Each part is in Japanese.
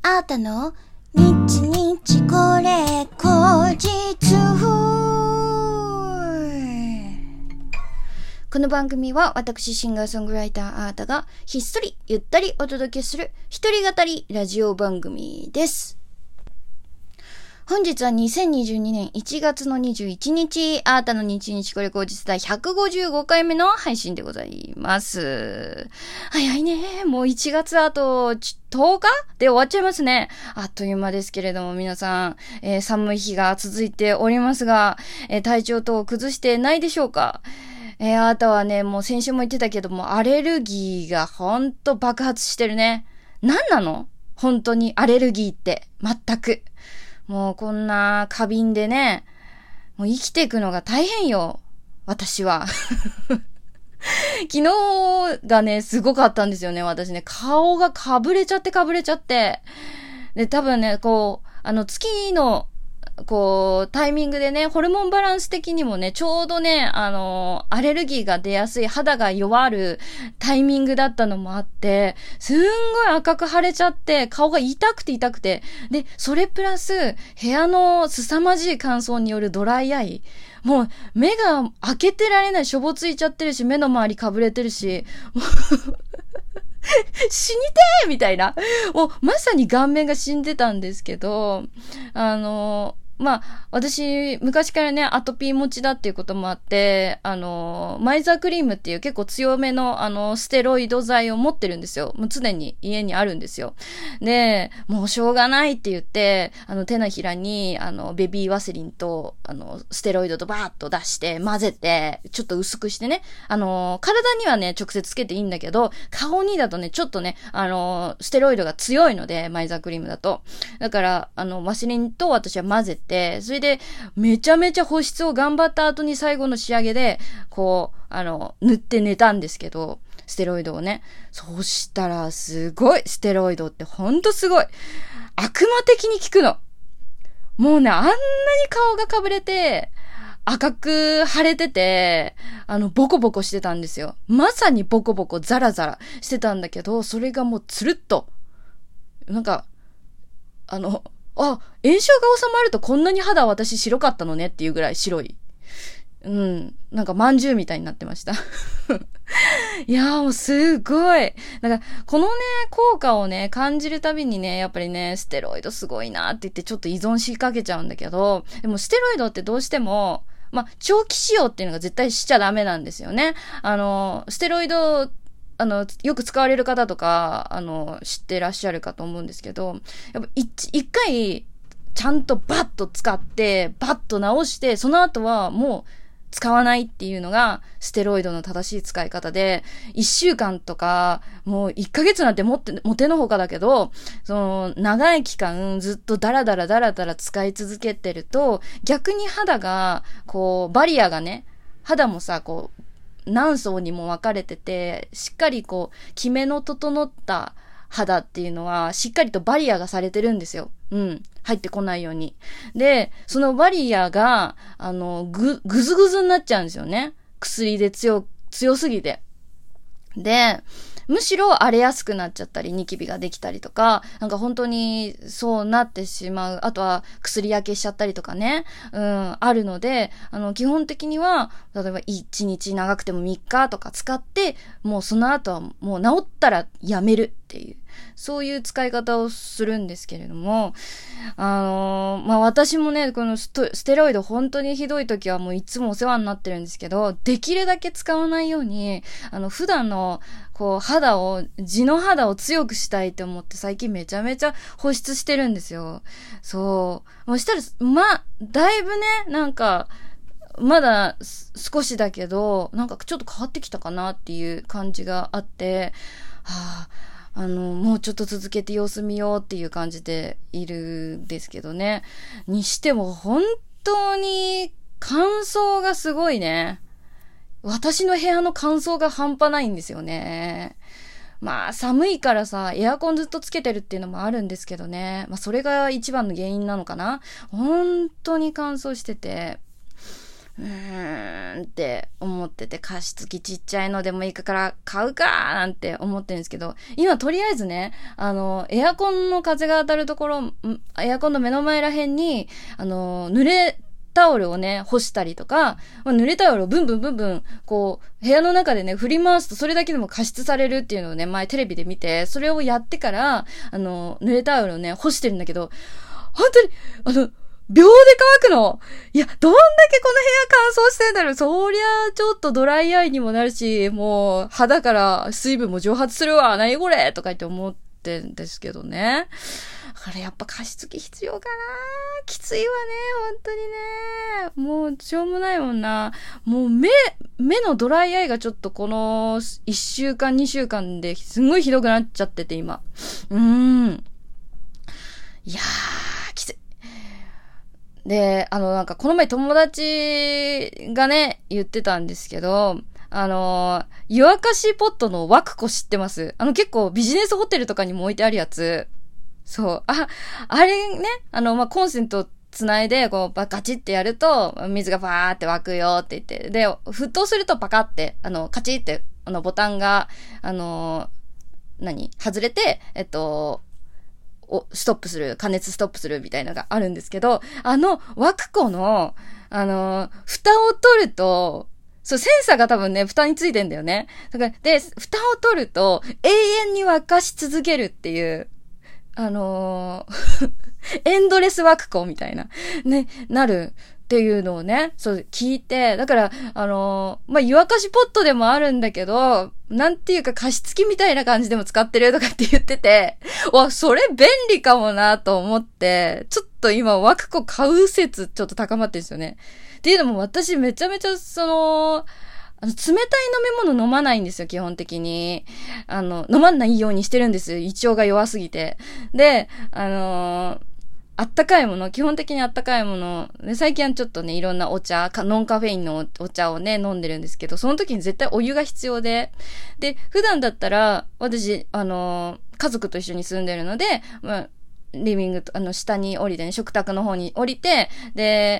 あーたの日日これ後日。この番組は私シンガーソングライターあーたがひっそりゆったりお届けする一人語りラジオ番組です。本日は2022年1月の21日、あーたの日日これ後日第155回目の配信でございます。早いね。もう1月あと10日で終わっちゃいますね。あっという間ですけれども皆さん、寒い日が続いておりますが、体調等を崩してないでしょうか。あーたはね、もう先週も言ってたけども、アレルギーがほんと爆発してるね。何なの？本当にアレルギーって。全く。もうこんな過敏でね、もう生きていくのが大変よ。私は。昨日がね、すごかったんですよね、私ね。顔がかぶれちゃって。で、多分ね、月の、タイミングでね、ホルモンバランス的にもね、ちょうどね、アレルギーが出やすい、肌が弱るタイミングだったのもあって、すんごい赤く腫れちゃって、顔が痛くて。で、それプラス、部屋の凄まじい乾燥によるドライアイ。もう、目が開けてられない、しょぼついちゃってるし、目の周りかぶれてるし、死にてーみたいな。もう、まさに顔面が死んでたんですけど、私、昔からね、アトピー持ちだっていうこともあって、マイザークリームっていう結構強めの、ステロイド剤を持ってるんですよ。もう常に家にあるんですよ。で、もうしょうがないって言って、手のひらに、ベビーワセリンと、ステロイドとバーッと出して混ぜて、ちょっと薄くしてね、体にはね、直接つけていいんだけど、顔にだとね、ちょっとね、ステロイドが強いので、マイザークリームだと。だから、ワセリンと私は混ぜて、それで、めちゃめちゃ保湿を頑張った後に最後の仕上げで、塗って寝たんですけど、ステロイドをね。そしたら、すごい、ステロイドってほんとすごい。悪魔的に効くの。もうね、あんなに顔がかぶれて、赤く腫れてて、ボコボコしてたんですよ。まさにボコボコザラザラしてたんだけど、それがもうつるっと、なんか、炎症が収まるとこんなに肌私白かったのねっていうぐらい白い。なんか饅頭みたいになってました。いやーもうすごい。なんかこのね、効果をね、感じるたびにね、やっぱりね、ステロイドすごいなって言ってちょっと依存しかけちゃうんだけど、でもステロイドってどうしても、長期使用っていうのが絶対しちゃダメなんですよね。ステロイドよく使われる方とか、知ってらっしゃるかと思うんですけど、やっぱ一回、ちゃんとバッと使って、バッと直して、その後はもう使わないっていうのが、ステロイドの正しい使い方で、1週間とか、もう1ヶ月なんてもてのほかだけど、長い期間ずっとダラダラ使い続けてると、逆に肌が、バリアがね、肌もさ、何層にも分かれてて、しっかりキメの整った肌っていうのは、しっかりとバリアがされてるんですよ。入ってこないように。で、そのバリアが、ぐずぐずになっちゃうんですよね。薬で強すぎて。で、むしろ荒れやすくなっちゃったり、ニキビができたりとか、なんか本当にそうなってしまう。あとは薬焼けしちゃったりとかね。あるので、基本的には、例えば1日長くても3日とか使って、もうその後はもう治ったらやめるっていう。そういう使い方をするんですけれども、私もね、このステロイド本当にひどい時はもういつもお世話になってるんですけど、できるだけ使わないように、普段の、地の肌を強くしたいと思って最近めちゃめちゃ保湿してるんですよ。そう。もうしたら、だいぶね、なんか、まだ少しだけど、なんかちょっと変わってきたかなっていう感じがあって、もうちょっと続けて様子見ようっていう感じでいるんですけどね。にしても本当に乾燥がすごいね。私の部屋の乾燥が半端ないんですよね。寒いからさ、エアコンずっとつけてるっていうのもあるんですけどね。それが一番の原因なのかな。本当に乾燥してて。 って思ってて、加湿器ちっちゃいのでもいいから買うかなんて思ってるんですけど、今とりあえずね、エアコンの風が当たるところ、エアコンの目の前ら辺に、濡れタオルをね、干したりとか、濡れタオルをブンブン、こう、部屋の中でね、振り回すとそれだけでも加湿されるっていうのをね、前テレビで見て、それをやってから、濡れタオルをね、干してるんだけど、本当に、秒で乾くの。いや、どんだけこの部屋乾燥してんだろう。そりゃ、ちょっとドライアイにもなるし、もう、肌から水分も蒸発するわ。何これとか言って思ってんですけどね。だからやっぱ加湿器必要かな。きついわね、本当にね。もう、しょうもないもんな。もう目のドライアイがちょっとこの1週間、2週間ですんごいひどくなっちゃってて、今。いやー、きつい。で、なんかこの前友達がね、言ってたんですけど、湯沸かしポットのワクコ知ってます？結構ビジネスホテルとかにも置いてあるやつ。そう。あれね、コンセントつないで、こう、ガチってやると、水がバーって沸くよって言って。で、沸騰するとパカって、カチって、ボタンが、外れて、ストップする、加熱ストップするみたいなのがあるんですけど、ワクコの、蓋を取ると、そう、センサーが多分ね、蓋についてんだよね。だから、で、蓋を取ると、永遠に沸かし続けるっていう、エンドレスワクコみたいな、ね、なるっていうのをね、そう聞いて、だから、湯沸かしポットでもあるんだけど、なんていうか加湿器みたいな感じでも使ってるとかって言ってて、わ、それ便利かもなと思って、ちょっと今ワクコ買う説ちょっと高まってるんですよね。っていうのも私めちゃめちゃ冷たい飲み物飲まないんですよ、基本的に。飲まないようにしてるんです。胃腸が弱すぎて。で、あったかいもの、基本的にあったかいもの、で最近はちょっとね、いろんなお茶、ノンカフェインのお茶をね、飲んでるんですけど、その時に絶対お湯が必要で、で、普段だったら、私、家族と一緒に住んでるので、リビングと、下に降りてね、食卓の方に降りて、で、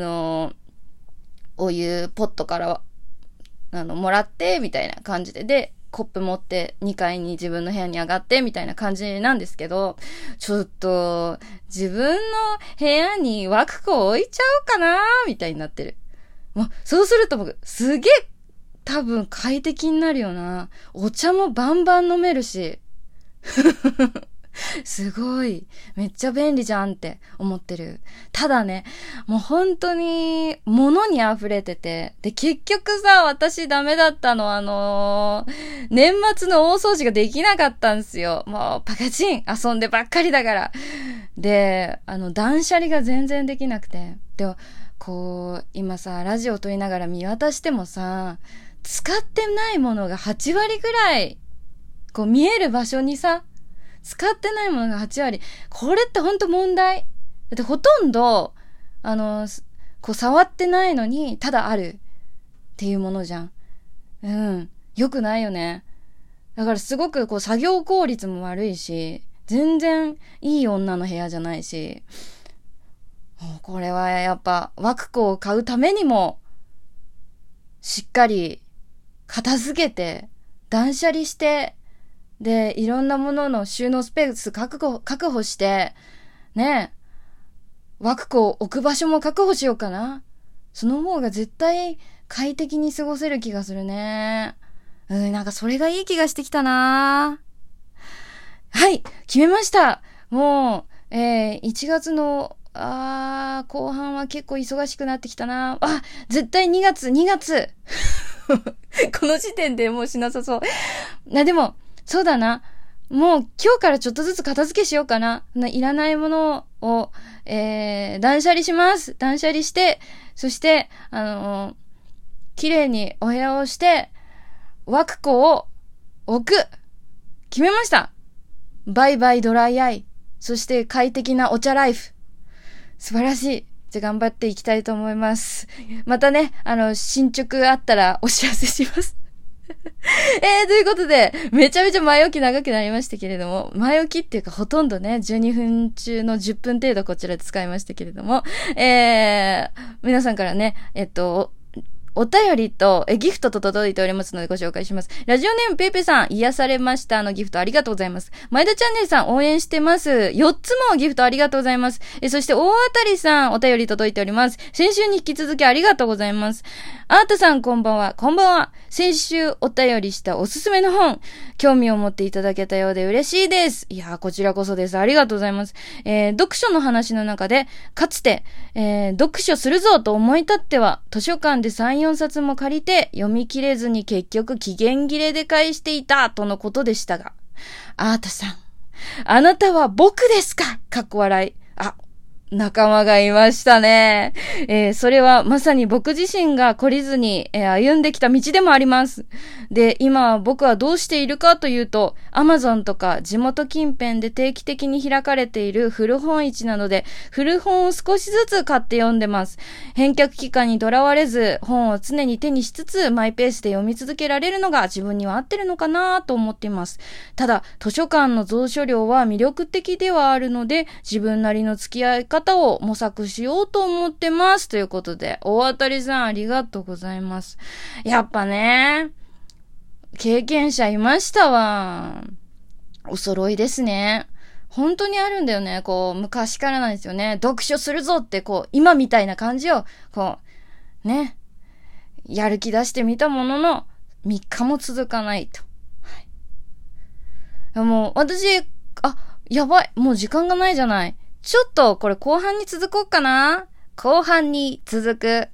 お湯、ポットから、もらって、みたいな感じで、で、コップ持って2階に自分の部屋に上がってみたいな感じなんですけど、ちょっと自分の部屋にワクコ置いちゃおうかなみたいになってる。もうそうすると僕すげえ多分快適になるよな。お茶もバンバン飲めるし。すごい。めっちゃ便利じゃんって思ってる。ただね、もう本当に物に溢れてて。で、結局さ、私ダメだったの年末の大掃除ができなかったんですよ。もうパカチン遊んでばっかりだから。で、断捨離が全然できなくて。で、こう、今さ、ラジオ撮りながら見渡してもさ、使ってないものが8割ぐらい、こう見える場所にさ、使ってないものが8割。これってほんと問題。だってほとんど、こう触ってないのに、ただあるっていうものじゃん。うん。よくないよね。だからすごくこう作業効率も悪いし、全然いい女の部屋じゃないし、もうこれはやっぱワクコを買うためにも、しっかり片付けて、断捨離して、で、いろんなものの収納スペース確保して、ね、ワクコを置く場所も確保しようかな。その方が絶対快適に過ごせる気がするね。なんかそれがいい気がしてきたな。はい、決めました。もう、1月の、後半は結構忙しくなってきたな。絶対2月この時点でもうしなさそう。でも、そうだな。もう今日からちょっとずつ片付けしようかな。いらないものを、断捨離します。断捨離して、そして、綺麗にお部屋をして、ワクコを置く。決めました。バイバイドライアイ。そして快適なお茶ライフ。素晴らしい。じゃあ頑張っていきたいと思います。またね、進捗あったらお知らせします。 ということで、めちゃめちゃ前置き長くなりましたけれども、前置きっていうかほとんどね、12分中の10分程度こちらで使いましたけれども、皆さんからね、お便りと、ギフトと届いておりますのでご紹介します。ラジオネームペイペさん、癒されましたのギフトありがとうございます。前田チャンネルさん応援してます。4つもギフトありがとうございます。そして大当たりさんお便り届いております。先週に引き続きありがとうございます。アートさんこんばんは。こんばんは。先週お便りしたおすすめの本、興味を持っていただけたようで嬉しいです。いやー、こちらこそです。ありがとうございます。読書の話の中で、かつて、読書するぞと思い立っては、図書館で3、4冊も借りて、読み切れずに結局期限切れで返していた、とのことでしたが。アートさん、あなたは僕ですか？かっこ笑い。あ、仲間がいましたね。それはまさに僕自身が懲りずに、歩んできた道でもあります。で、今僕はどうしているかというと、Amazon とか地元近辺で定期的に開かれている古本市などで、古本を少しずつ買って読んでます。返却期間にとらわれず、本を常に手にしつつ、マイペースで読み続けられるのが自分には合ってるのかなと思っています。ただ、図書館の蔵書量は魅力的ではあるので、自分なりの付き合い方を模索しようと思ってます。ということで、大当たりさんありがとうございます。やっぱね、経験者いましたわ。お揃いですね。本当にあるんだよね。こう、昔からなんですよね。読書するぞって、こう、今みたいな感じを、こう、ね、やる気出してみたものの、3日も続かないと。はい。もう、私、やばい。もう時間がないじゃない。ちょっと、これ後半に続こうかな。後半に続く。